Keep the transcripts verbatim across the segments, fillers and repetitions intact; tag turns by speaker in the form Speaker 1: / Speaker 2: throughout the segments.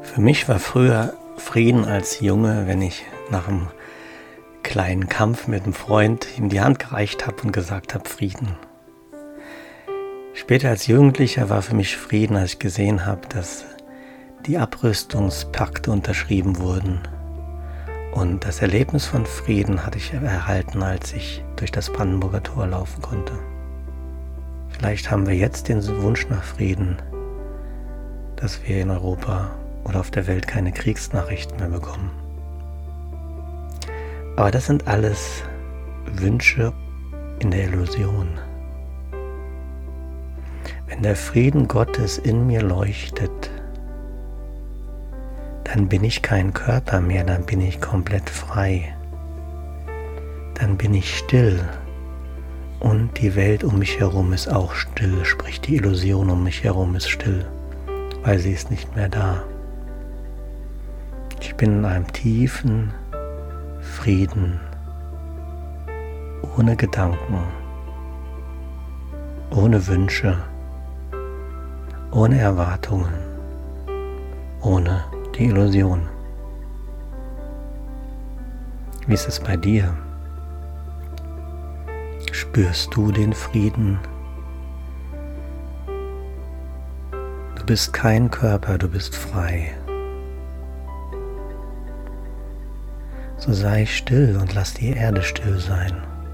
Speaker 1: Für mich war früher Frieden als Junge, wenn ich nach einem kleinen Kampf mit einem Freund ihm die Hand gereicht habe und gesagt habe, Frieden. Später als Jugendlicher war für mich Frieden, als ich gesehen habe, dass die Abrüstungspakte unterschrieben wurden. Und das Erlebnis von Frieden hatte ich erhalten, als ich durch das Brandenburger Tor laufen konnte. Vielleicht haben wir jetzt den Wunsch nach Frieden, dass wir in Europa oder auf der Welt keine Kriegsnachrichten mehr bekommen. Aber das sind alles Wünsche in der Illusion. Wenn der Frieden Gottes in mir leuchtet, dann bin ich kein Körper mehr, dann bin ich komplett frei. Dann bin ich still und die Welt um mich herum ist auch still, sprich die Illusion um mich herum ist still, weil sie ist nicht mehr da. Ich bin in einem tiefen Frieden, ohne Gedanken, ohne Wünsche, ohne Erwartungen, ohne die Illusion. Wie ist es bei dir? Spürst du den Frieden? Du bist kein Körper, du bist frei. So sei still und lass die Erde still sein.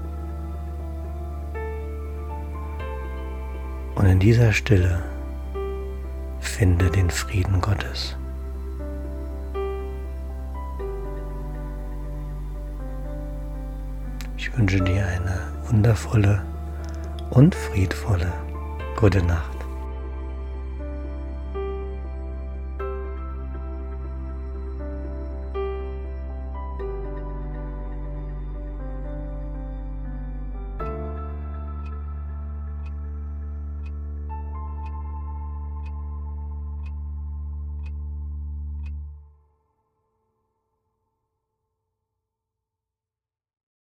Speaker 1: Und in dieser Stille finde den Frieden Gottes. Ich wünsche dir eine wundervolle und friedvolle gute Nacht.